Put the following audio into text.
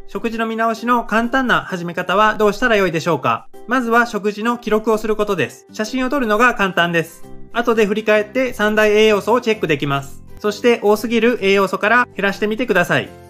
食事の見直しの簡単な始め方はどうしたらよいでしょうか？まずは食事の記録をすることです。写真を撮るのが簡単です。後で振り返って3大栄養素をチェックできます。そして多すぎる栄養素から減らしてみてください。